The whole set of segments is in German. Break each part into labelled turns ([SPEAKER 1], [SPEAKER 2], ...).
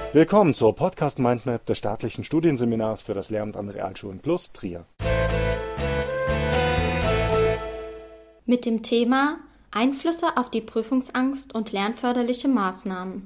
[SPEAKER 1] Willkommen zur Podcast Mindmap des staatlichen Studienseminars für das Lehramt an Realschulen Plus Trier.
[SPEAKER 2] Mit dem Thema Einflüsse auf die Prüfungsangst und lernförderliche Maßnahmen.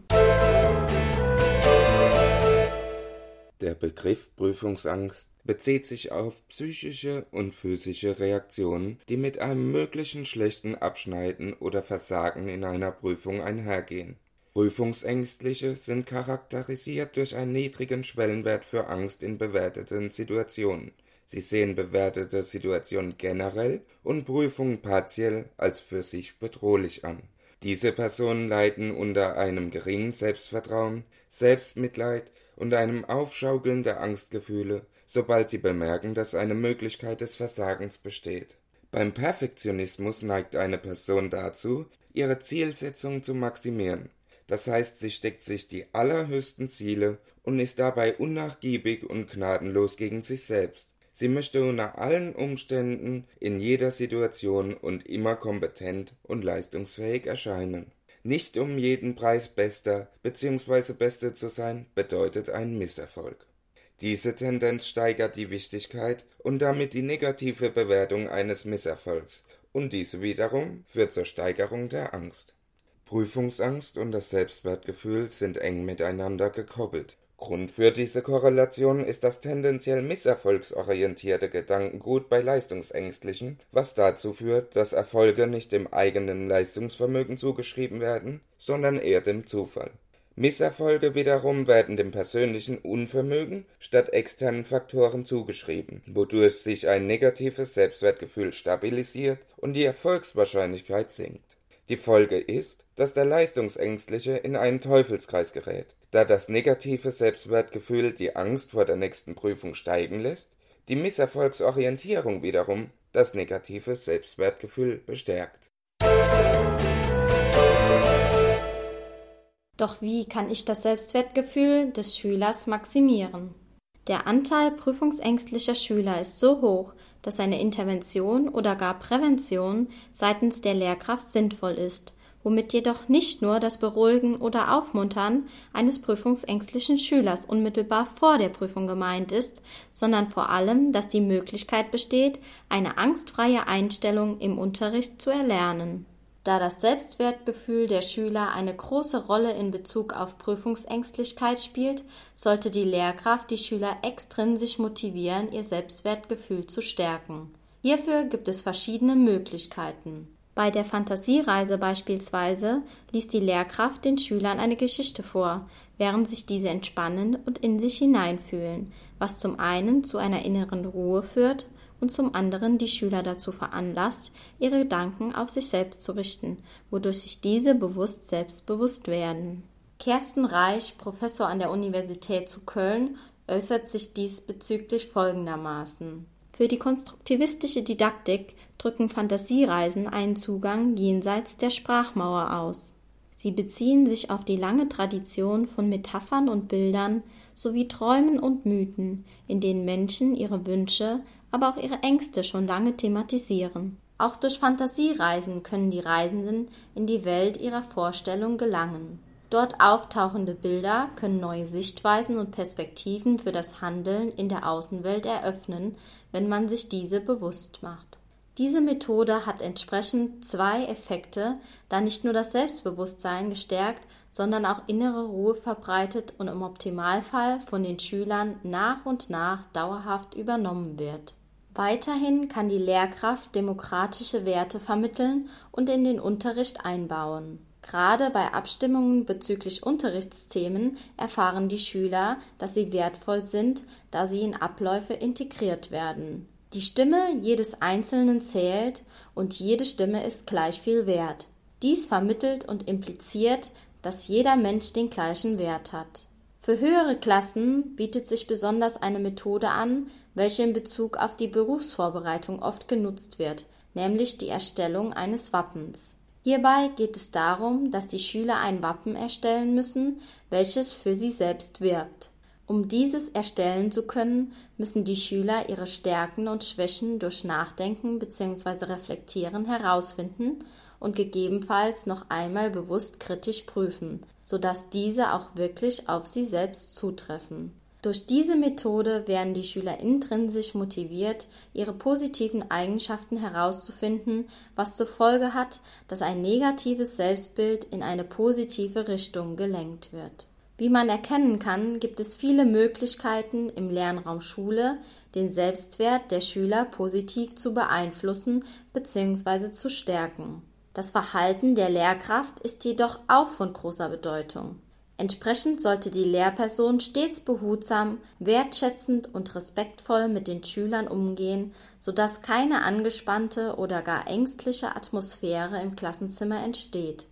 [SPEAKER 3] Der Begriff Prüfungsangst bezieht sich auf psychische und physische Reaktionen, die mit einem möglichen schlechten Abschneiden oder Versagen in einer Prüfung einhergehen. Prüfungsängstliche sind charakterisiert durch einen niedrigen Schwellenwert für Angst in bewerteten Situationen. Sie sehen bewertete Situationen generell und Prüfungen partiell als für sich bedrohlich an. Diese Personen leiden unter einem geringen Selbstvertrauen, Selbstmitleid und einem Aufschaukeln der Angstgefühle, sobald sie bemerken, dass eine Möglichkeit des Versagens besteht. Beim Perfektionismus neigt eine Person dazu, ihre Zielsetzung zu maximieren. Das heißt, sie steckt sich die allerhöchsten Ziele und ist dabei unnachgiebig und gnadenlos gegen sich selbst. Sie möchte unter allen Umständen, in jeder Situation und immer kompetent und leistungsfähig erscheinen. Nicht um jeden Preis Bester bzw. Beste zu sein, bedeutet ein Misserfolg. Diese Tendenz steigert die Wichtigkeit und damit die negative Bewertung eines Misserfolgs, und diese wiederum führt zur Steigerung der Angst. Prüfungsangst und das Selbstwertgefühl sind eng miteinander gekoppelt. Grund für diese Korrelation ist das tendenziell misserfolgsorientierte Gedankengut bei Leistungsängstlichen, was dazu führt, dass Erfolge nicht dem eigenen Leistungsvermögen zugeschrieben werden, sondern eher dem Zufall. Misserfolge wiederum werden dem persönlichen Unvermögen statt externen Faktoren zugeschrieben, wodurch sich ein negatives Selbstwertgefühl stabilisiert und die Erfolgswahrscheinlichkeit sinkt. Die Folge ist, dass der Leistungsängstliche in einen Teufelskreis gerät, da das negative Selbstwertgefühl die Angst vor der nächsten Prüfung steigen lässt, die Misserfolgsorientierung wiederum das negative Selbstwertgefühl bestärkt.
[SPEAKER 2] Doch wie kann ich das Selbstwertgefühl des Schülers maximieren? Der Anteil prüfungsängstlicher Schüler ist so hoch, dass eine Intervention oder gar Prävention seitens der Lehrkraft sinnvoll ist, womit jedoch nicht nur das Beruhigen oder Aufmuntern eines prüfungsängstlichen Schülers unmittelbar vor der Prüfung gemeint ist, sondern vor allem, dass die Möglichkeit besteht, eine angstfreie Einstellung im Unterricht zu erlernen. Da das Selbstwertgefühl der Schüler eine große Rolle in Bezug auf Prüfungsängstlichkeit spielt, sollte die Lehrkraft die Schüler extrinsisch motivieren, ihr Selbstwertgefühl zu stärken. Hierfür gibt es verschiedene Möglichkeiten. Bei der Fantasiereise beispielsweise liest die Lehrkraft den Schülern eine Geschichte vor, während sich diese entspannen und in sich hineinfühlen, was zum einen zu einer inneren Ruhe führt und zum anderen die Schüler dazu veranlasst, ihre Gedanken auf sich selbst zu richten, wodurch sich diese selbstbewusst werden. Kersten Reich, Professor an der Universität zu Köln, äußert sich diesbezüglich folgendermaßen: Für die konstruktivistische Didaktik drücken Fantasiereisen einen Zugang jenseits der Sprachmauer aus. Sie beziehen sich auf die lange Tradition von Metaphern und Bildern sowie Träumen und Mythen, in denen Menschen ihre Wünsche, aber auch ihre Ängste schon lange thematisieren. Auch durch Fantasiereisen können die Reisenden in die Welt ihrer Vorstellung gelangen. Dort auftauchende Bilder können neue Sichtweisen und Perspektiven für das Handeln in der Außenwelt eröffnen, wenn man sich diese bewusst macht. Diese Methode hat entsprechend zwei Effekte, da nicht nur das Selbstbewusstsein gestärkt, sondern auch innere Ruhe verbreitet und im Optimalfall von den Schülern nach und nach dauerhaft übernommen wird. Weiterhin kann die Lehrkraft demokratische Werte vermitteln und in den Unterricht einbauen. Gerade bei Abstimmungen bezüglich Unterrichtsthemen erfahren die Schüler, dass sie wertvoll sind, da sie in Abläufe integriert werden. Die Stimme jedes Einzelnen zählt und jede Stimme ist gleich viel wert. Dies vermittelt und impliziert, dass jeder Mensch den gleichen Wert hat. Für höhere Klassen bietet sich besonders eine Methode an, welche in Bezug auf die Berufsvorbereitung oft genutzt wird, nämlich die Erstellung eines Wappens. Hierbei geht es darum, dass die Schüler ein Wappen erstellen müssen, welches für sie selbst wirbt. Um dieses erstellen zu können, müssen die Schüler ihre Stärken und Schwächen durch Nachdenken bzw. Reflektieren herausfinden und gegebenenfalls noch einmal bewusst kritisch prüfen, sodass diese auch wirklich auf sie selbst zutreffen. Durch diese Methode werden die Schüler intrinsisch motiviert, ihre positiven Eigenschaften herauszufinden, was zur Folge hat, dass ein negatives Selbstbild in eine positive Richtung gelenkt wird. Wie man erkennen kann, gibt es viele Möglichkeiten im Lernraum Schule, den Selbstwert der Schüler positiv zu beeinflussen bzw. zu stärken. Das Verhalten der Lehrkraft ist jedoch auch von großer Bedeutung. Entsprechend sollte die Lehrperson stets behutsam, wertschätzend und respektvoll mit den Schülern umgehen, sodass keine angespannte oder gar ängstliche Atmosphäre im Klassenzimmer entsteht.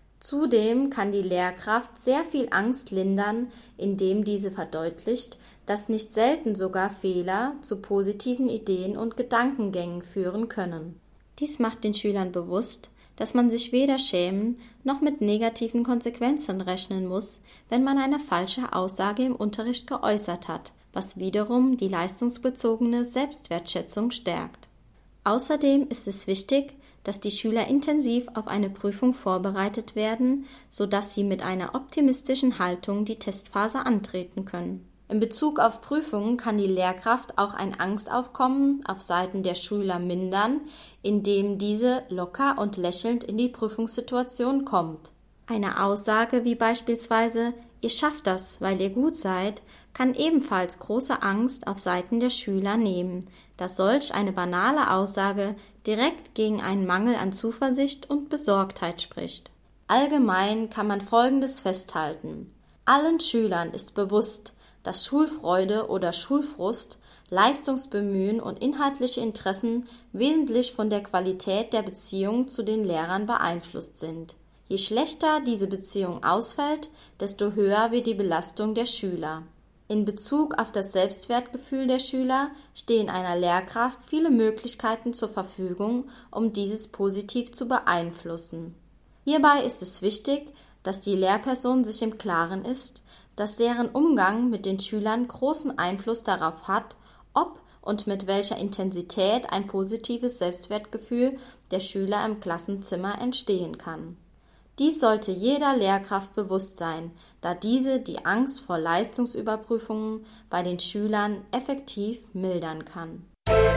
[SPEAKER 2] Zudem kann die Lehrkraft sehr viel Angst lindern, indem diese verdeutlicht, dass nicht selten sogar Fehler zu positiven Ideen und Gedankengängen führen können. Dies macht den Schülern bewusst, dass man sich weder schämen noch mit negativen Konsequenzen rechnen muss, wenn man eine falsche Aussage im Unterricht geäußert hat, was wiederum die leistungsbezogene Selbstwertschätzung stärkt. Außerdem ist es wichtig, dass die Schüler intensiv auf eine Prüfung vorbereitet werden, sodass sie mit einer optimistischen Haltung die Testphase antreten können. In Bezug auf Prüfungen kann die Lehrkraft auch ein Angstaufkommen auf Seiten der Schüler mindern, indem diese locker und lächelnd in die Prüfungssituation kommt. Eine Aussage wie beispielsweise „Ihr schafft das, weil ihr gut seid“, kann ebenfalls große Angst auf Seiten der Schüler nehmen, da solch eine banale Aussage direkt gegen einen Mangel an Zuversicht und Besorgtheit spricht. Allgemein kann man Folgendes festhalten: Allen Schülern ist bewusst, dass Schulfreude oder Schulfrust, Leistungsbemühen und inhaltliche Interessen wesentlich von der Qualität der Beziehung zu den Lehrern beeinflusst sind. Je schlechter diese Beziehung ausfällt, desto höher wird die Belastung der Schüler. In Bezug auf das Selbstwertgefühl der Schüler stehen einer Lehrkraft viele Möglichkeiten zur Verfügung, um dieses positiv zu beeinflussen. Hierbei ist es wichtig, dass die Lehrperson sich im Klaren ist, dass deren Umgang mit den Schülern großen Einfluss darauf hat, ob und mit welcher Intensität ein positives Selbstwertgefühl der Schüler im Klassenzimmer entstehen kann. Dies sollte jeder Lehrkraft bewusst sein, da diese die Angst vor Leistungsüberprüfungen bei den Schülern effektiv mildern kann.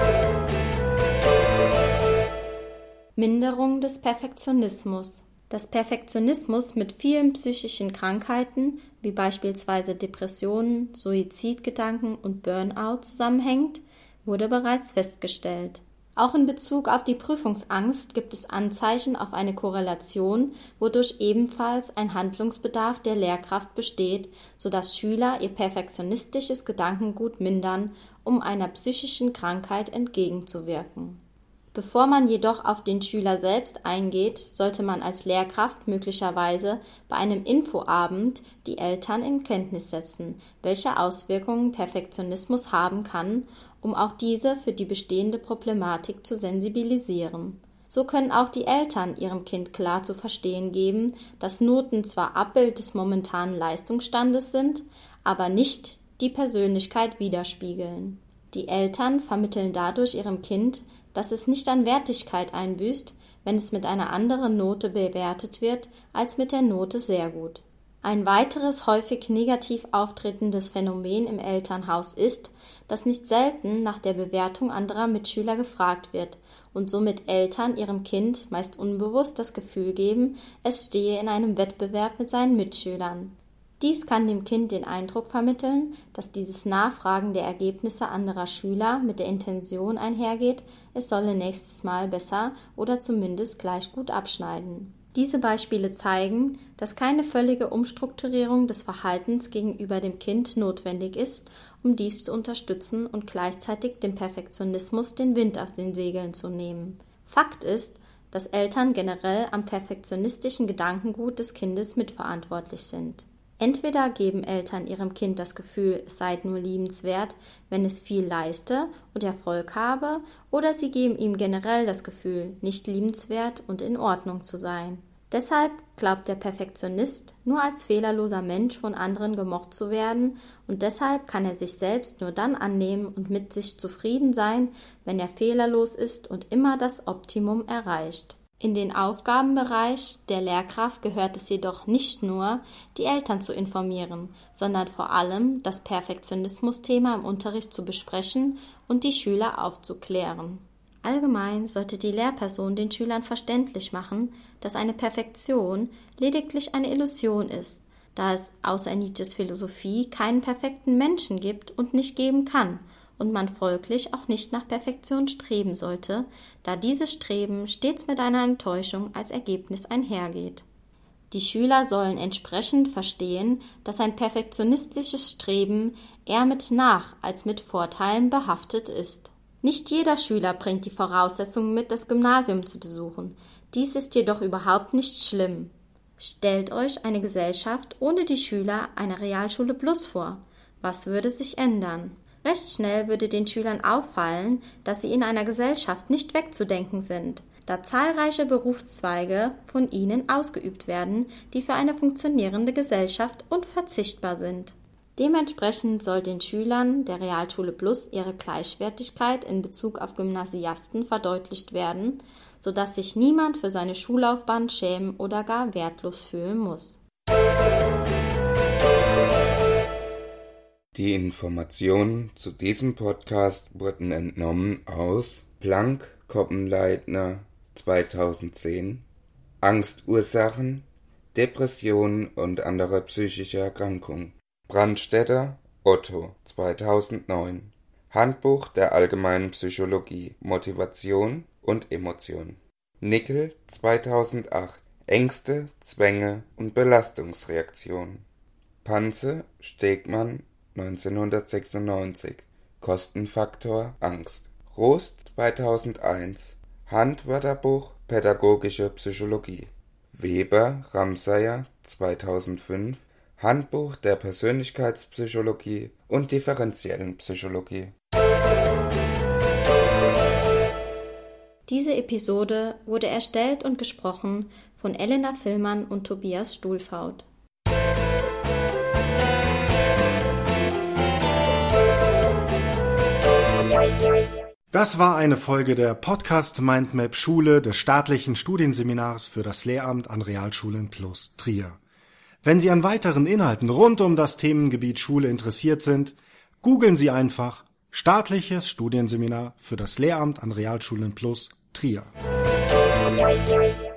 [SPEAKER 2] Minderung des Perfektionismus. Dass Perfektionismus mit vielen psychischen Krankheiten, wie beispielsweise Depressionen, Suizidgedanken und Burnout zusammenhängt, wurde bereits festgestellt. Auch in Bezug auf die Prüfungsangst gibt es Anzeichen auf eine Korrelation, wodurch ebenfalls ein Handlungsbedarf der Lehrkraft besteht, sodass Schüler ihr perfektionistisches Gedankengut mindern, um einer psychischen Krankheit entgegenzuwirken. Bevor man jedoch auf den Schüler selbst eingeht, sollte man als Lehrkraft möglicherweise bei einem Infoabend die Eltern in Kenntnis setzen, welche Auswirkungen Perfektionismus haben kann, um auch diese für die bestehende Problematik zu sensibilisieren. So können auch die Eltern ihrem Kind klar zu verstehen geben, dass Noten zwar Abbild des momentanen Leistungsstandes sind, aber nicht die Persönlichkeit widerspiegeln. Die Eltern vermitteln dadurch ihrem Kind, dass es nicht an Wertigkeit einbüßt, wenn es mit einer anderen Note bewertet wird als mit der Note sehr gut. Ein weiteres häufig negativ auftretendes Phänomen im Elternhaus ist, dass nicht selten nach der Bewertung anderer Mitschüler gefragt wird und somit Eltern ihrem Kind meist unbewusst das Gefühl geben, es stehe in einem Wettbewerb mit seinen Mitschülern. Dies kann dem Kind den Eindruck vermitteln, dass dieses Nachfragen der Ergebnisse anderer Schüler mit der Intention einhergeht, es solle nächstes Mal besser oder zumindest gleich gut abschneiden. Diese Beispiele zeigen, dass keine völlige Umstrukturierung des Verhaltens gegenüber dem Kind notwendig ist, um dies zu unterstützen und gleichzeitig dem Perfektionismus den Wind aus den Segeln zu nehmen. Fakt ist, dass Eltern generell am perfektionistischen Gedankengut des Kindes mitverantwortlich sind. Entweder geben Eltern ihrem Kind das Gefühl, es sei nur liebenswert, wenn es viel leiste und Erfolg habe, oder sie geben ihm generell das Gefühl, nicht liebenswert und in Ordnung zu sein. Deshalb glaubt der Perfektionist, nur als fehlerloser Mensch von anderen gemocht zu werden, und deshalb kann er sich selbst nur dann annehmen und mit sich zufrieden sein, wenn er fehlerlos ist und immer das Optimum erreicht. In den Aufgabenbereich der Lehrkraft gehört es jedoch nicht nur, die Eltern zu informieren, sondern vor allem das Perfektionismus-Thema im Unterricht zu besprechen und die Schüler aufzuklären. Allgemein sollte die Lehrperson den Schülern verständlich machen, dass eine Perfektion lediglich eine Illusion ist, da es außer Nietzsches Philosophie keinen perfekten Menschen gibt und nicht geben kann und man folglich auch nicht nach Perfektion streben sollte, da dieses Streben stets mit einer Enttäuschung als Ergebnis einhergeht. Die Schüler sollen entsprechend verstehen, dass ein perfektionistisches Streben eher mit Nach- als mit Vorteilen behaftet ist. Nicht jeder Schüler bringt die Voraussetzungen mit, das Gymnasium zu besuchen. Dies ist jedoch überhaupt nicht schlimm. Stellt euch eine Gesellschaft ohne die Schüler einer Realschule Plus vor. Was würde sich ändern? Recht schnell würde den Schülern auffallen, dass sie in einer Gesellschaft nicht wegzudenken sind, da zahlreiche Berufszweige von ihnen ausgeübt werden, die für eine funktionierende Gesellschaft unverzichtbar sind. Dementsprechend soll den Schülern der Realschule Plus ihre Gleichwertigkeit in Bezug auf Gymnasiasten verdeutlicht werden, sodass sich niemand für seine Schullaufbahn schämen oder gar wertlos fühlen muss.
[SPEAKER 3] Die Informationen zu diesem Podcast wurden entnommen aus Planck, Koppenleitner 2010, Angstursachen, Depressionen und andere psychische Erkrankungen. Brandstätter, Otto 2009, Handbuch der allgemeinen Psychologie, Motivation und Emotion. Nickel 2008, Ängste, Zwänge und Belastungsreaktionen. Panse, Stegmann 1996, Kostenfaktor Angst. Rost 2001, Handwörterbuch Pädagogische Psychologie. Weber, Ramsayer 2005, Handbuch der Persönlichkeitspsychologie und differenziellen Psychologie.
[SPEAKER 2] Diese Episode wurde erstellt und gesprochen von Elena Villmann und Tobias Stuhlfaut.
[SPEAKER 1] Das war eine Folge der Podcast Mindmap Schule des staatlichen Studienseminars für das Lehramt an Realschulen Plus Trier. Wenn Sie an weiteren Inhalten rund um das Themengebiet Schule interessiert sind, googeln Sie einfach Staatliches Studienseminar für das Lehramt an Realschulen Plus Trier.